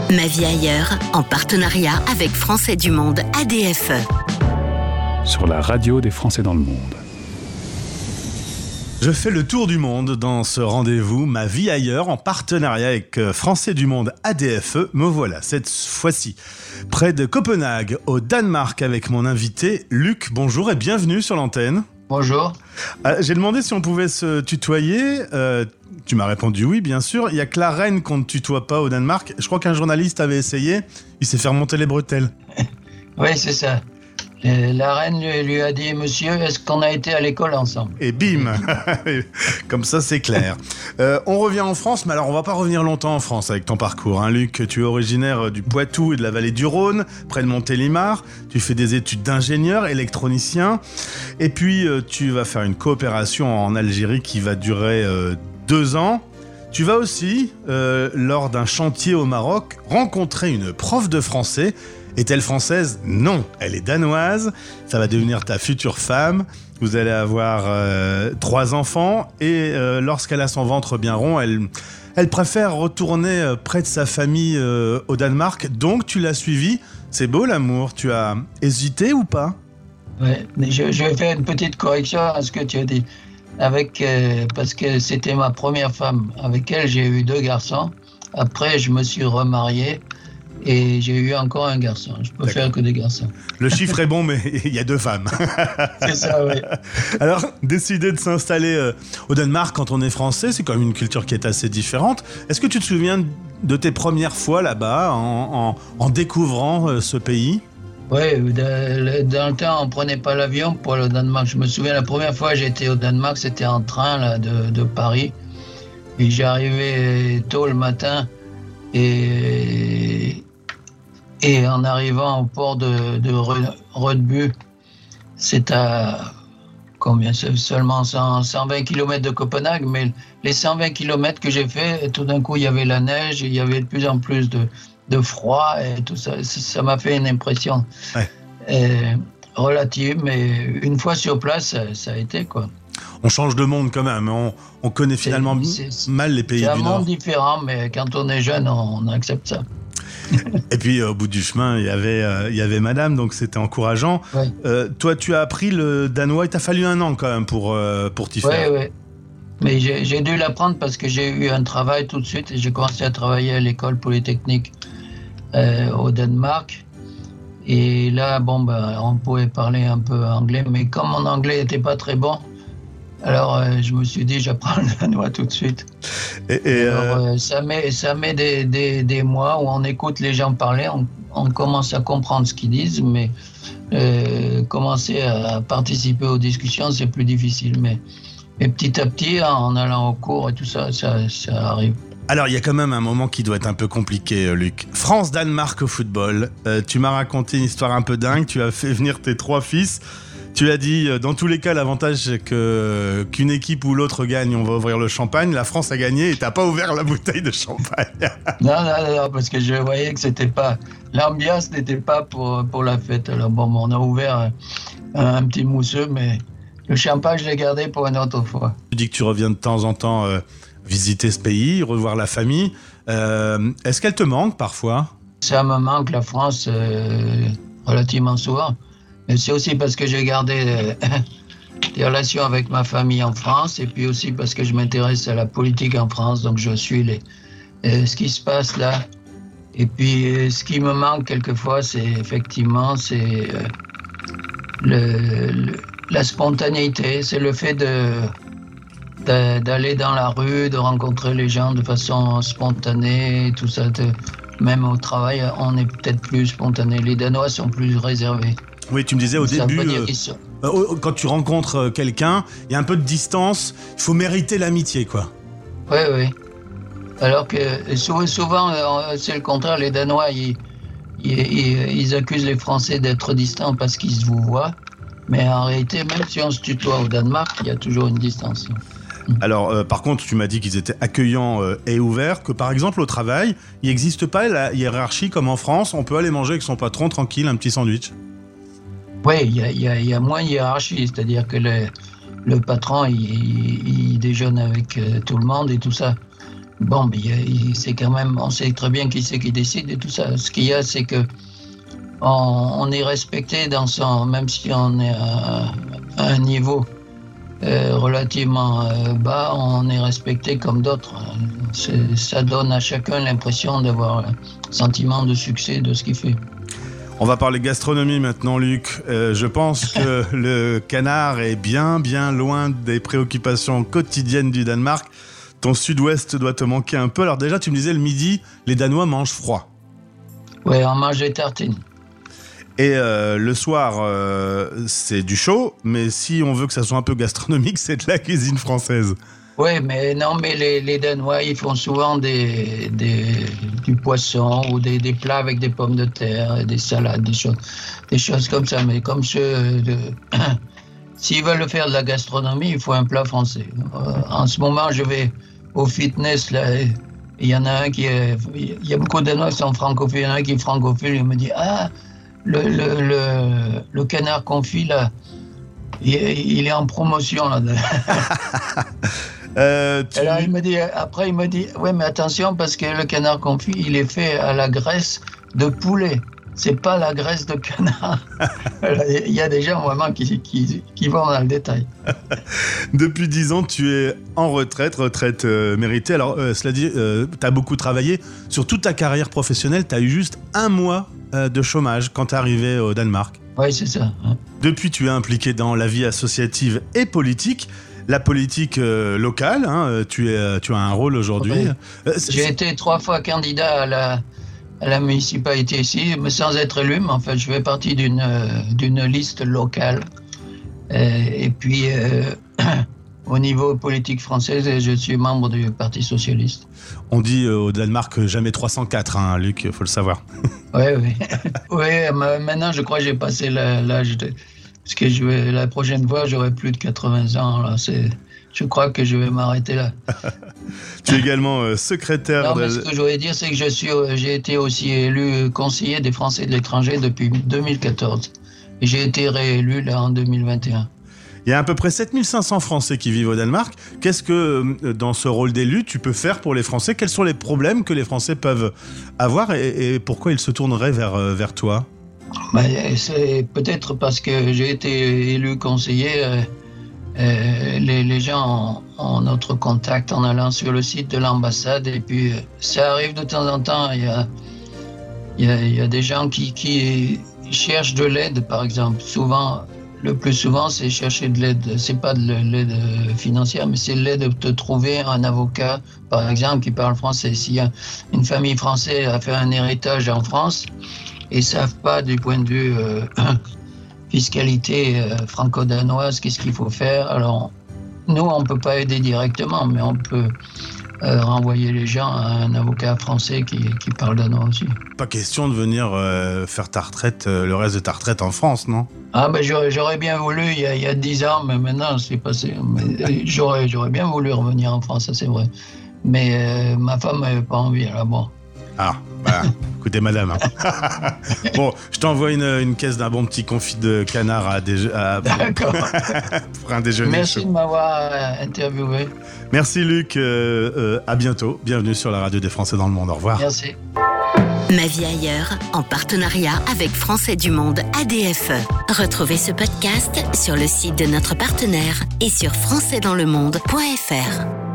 Ma vie ailleurs, en partenariat avec Français du Monde ADFE. Sur la radio des Français dans le monde. Je fais le tour du monde dans ce rendez-vous Ma vie ailleurs en partenariat avec Français du Monde ADFE. Me voilà cette fois-ci près de Copenhague au Danemark avec mon invité Luc. Bonjour et bienvenue sur l'antenne. Bonjour. J'ai demandé si on pouvait se tutoyer. Tu m'as répondu oui, bien sûr. Il n'y a que la reine qu'on ne tutoie pas au Danemark. Je crois qu'un journaliste avait essayé. Il s'est fait remonter les bretelles. Oui, c'est ça. La reine lui a dit « Monsieur, est-ce qu'on a été à l'école ensemble ?» Et bim. Comme ça, c'est clair. On revient en France, mais alors on va pas revenir longtemps en France avec ton parcours. Hein, Luc, tu es originaire du Poitou et de la vallée du Rhône, près de Montélimar. Tu fais des études d'ingénieur, électronicien. Et puis, tu vas faire une coopération en Algérie qui va durer 2 ans. Tu vas aussi, lors d'un chantier au Maroc, rencontrer une prof de français. Est-elle française ? Non, elle est danoise. Ça va devenir ta future femme. Vous allez avoir 3 enfants. Et lorsqu'elle a son ventre bien rond, elle préfère retourner près de sa famille au Danemark. Donc, tu l'as suivie. C'est beau l'amour. Tu as hésité ou pas ? Oui, mais je vais faire une petite correction à ce que tu as dit. Parce que c'était ma première femme. Avec elle, j'ai eu 2 garçons. Après, je me suis remarié. Et j'ai eu encore un garçon. Je peux faire que des garçons. Le chiffre est bon, mais il y a 2 femmes. C'est ça, oui. Alors, décider de s'installer au Danemark quand on est français, c'est quand même une culture qui est assez différente. Est-ce que tu te souviens de tes premières fois là-bas, en découvrant ce pays ? Oui, dans le temps, on ne prenait pas l'avion pour aller au Danemark. Je me souviens, la première fois que j'étais au Danemark, c'était en train là, de Paris. Et j'arrivais tôt le matin. Et en arrivant au port de Rødby, c'est à combien ? C'est seulement 120 km de Copenhague, mais les 120 km que j'ai fait, tout d'un coup, il y avait la neige, il y avait de plus en plus de froid, et tout ça. Ça m'a fait une impression relative, mais une fois sur place, ça a été quoi. On change de monde quand même, on connaît finalement mal les pays du Nord. C'est un monde différent, mais quand on est jeune, on accepte ça. Et puis au bout du chemin, il y avait madame, donc c'était encourageant. Ouais. Toi, tu as appris le danois, il t'a fallu 1 an quand même pour t'y faire. Oui. Mais j'ai dû l'apprendre parce que j'ai eu un travail tout de suite et j'ai commencé à travailler à l'école polytechnique au Danemark. Et là, on pouvait parler un peu anglais, mais comme mon anglais n'était pas très bon, alors je me suis dit, j'apprends le danois tout de suite. Alors, ça met des mois où on écoute les gens parler, on commence à comprendre ce qu'ils disent, mais commencer à participer aux discussions, c'est plus difficile. Mais petit à petit, en allant au cours et tout ça arrive. Alors, il y a quand même un moment qui doit être un peu compliqué, Luc. France-Danemark au football. Tu m'as raconté une histoire un peu dingue. Tu as fait venir tes 3 fils. Tu as dit, dans tous les cas, l'avantage c'est qu'une équipe ou l'autre gagne, on va ouvrir le champagne. La France a gagné et t'as pas ouvert la bouteille de champagne. Non, parce que je voyais que c'était pas... L'ambiance n'était pas pour la fête. Alors on a ouvert un petit mousseux, mais le champagne, je l'ai gardé pour une autre fois. Tu dis que tu reviens de temps en temps visiter ce pays, revoir la famille. Est-ce qu'elle te manque parfois ? Ça me manque, la France, relativement souvent. Mais c'est aussi parce que j'ai gardé des relations avec ma famille en France et puis aussi parce que je m'intéresse à la politique en France. Donc je suis ce qui se passe là. Et puis ce qui me manque quelquefois, c'est effectivement la spontanéité. C'est le fait d'aller dans la rue, de rencontrer les gens de façon spontanée, tout ça. Même au travail, on est peut-être plus spontané. Les Danois sont plus réservés. Oui, tu me disais au début, quand tu rencontres quelqu'un, il y a un peu de distance, il faut mériter l'amitié, quoi. Oui. Alors que souvent, c'est le contraire, les Danois, ils accusent les Français d'être distants parce qu'ils se vous voient. Mais en réalité, même si on se tutoie au Danemark, il y a toujours une distance. Alors, par contre, tu m'as dit qu'ils étaient accueillants et ouverts, que par exemple au travail, il n'existe pas la hiérarchie comme en France, on peut aller manger avec son patron tranquille, un petit sandwich. Oui, il y a moins de hiérarchie, c'est-à-dire que le patron, il déjeune avec tout le monde et tout ça. bon, c'est quand même, on sait très bien qui c'est qui décide et tout ça. Ce qu'il y a, c'est que on est respecté même si on est à un niveau relativement bas, on est respecté comme d'autres. Ça donne à chacun l'impression d'avoir un sentiment de succès de ce qu'il fait. On va parler gastronomie maintenant, Luc. Je pense que le canard est bien loin des préoccupations quotidiennes du Danemark. Ton sud-ouest doit te manquer un peu. Alors déjà, tu me disais, le midi, les Danois mangent froid. Oui, on mange des tartines. Et le soir, c'est du chaud, mais si on veut que ça soit un peu gastronomique, c'est de la cuisine française. Oui, mais les Danois, ils font souvent du poisson ou des plats avec des pommes de terre, des salades, des choses comme ça. Mais comme s'ils veulent faire de la gastronomie, il faut un plat français. En ce moment, je vais au fitness, là, il y en a un il y a beaucoup de Danois qui sont francophiles, il y en a un qui est francophile, il me dit « Ah, le canard confit, là, il est en promotion, là. » Alors il me dit, ouais, mais attention parce que le canard confit, il est fait à la graisse de poulet. C'est pas la graisse de canard. Il y a des gens vraiment qui vont dans le détail. Depuis 10 ans, tu es en retraite méritée. Alors, cela dit, tu as beaucoup travaillé. Sur toute ta carrière professionnelle, tu as eu juste 1 mois de chômage quand tu es arrivé au Danemark. Oui, c'est ça. Depuis, tu es impliqué dans la vie associative et politique. La politique locale, hein, tu as un rôle aujourd'hui. J'ai été 3 fois candidat à la municipalité ici, mais sans être élu. Mais en fait, je fais partie d'une liste locale. Et puis, au niveau politique français, je suis membre du Parti socialiste. On dit au Danemark jamais 304, hein, Luc, il faut le savoir. Oui. Maintenant, je crois que j'ai passé l'âge de... Parce que la prochaine fois, j'aurai plus de 80 ans. Là, je crois que je vais m'arrêter là. Tu es également secrétaire... Non, mais ce que je voulais dire, c'est que j'ai été aussi élu conseiller des Français de l'étranger depuis 2014. Et j'ai été réélu là en 2021. Il y a à peu près 7500 Français qui vivent au Danemark. Qu'est-ce que, dans ce rôle d'élu, tu peux faire pour les Français ? Quels sont les problèmes que les Français peuvent avoir et pourquoi ils se tourneraient vers toi ? C'est peut-être parce que j'ai été élu conseiller. Les gens ont notre contact en allant sur le site de l'ambassade. Et puis, ça arrive de temps en temps. Il y a des gens qui cherchent de l'aide, par exemple. Le plus souvent, c'est chercher de l'aide. C'est pas de l'aide financière, mais c'est l'aide de te trouver un avocat, par exemple, qui parle français. S'il y a une famille française à faire un héritage en France, et savent pas du point de vue fiscalité franco-danoise, qu'est-ce qu'il faut faire. Alors, nous, on peut pas aider directement, mais on peut renvoyer les gens à un avocat français qui parle danois aussi. Pas question de venir faire ta retraite, le reste de ta retraite en France, non ? Ah ben j'aurais bien voulu il y a 10 ans, mais maintenant c'est passé. Mais j'aurais bien voulu revenir en France, ça c'est vrai. Mais ma femme n'avait pas envie, alors bon. Ah, bah, écoutez madame. Bon, je t'envoie une caisse d'un bon petit confit de canard D'accord. pour un déjeuner. Merci chaud. de m'avoir interviewé. Merci Luc, à bientôt. Bienvenue sur la radio des Français dans le monde. Au revoir. Merci. Ma vie ailleurs, en partenariat avec Français du Monde ADFE. Retrouvez ce podcast sur le site de notre partenaire et sur françaisdanslemonde.fr.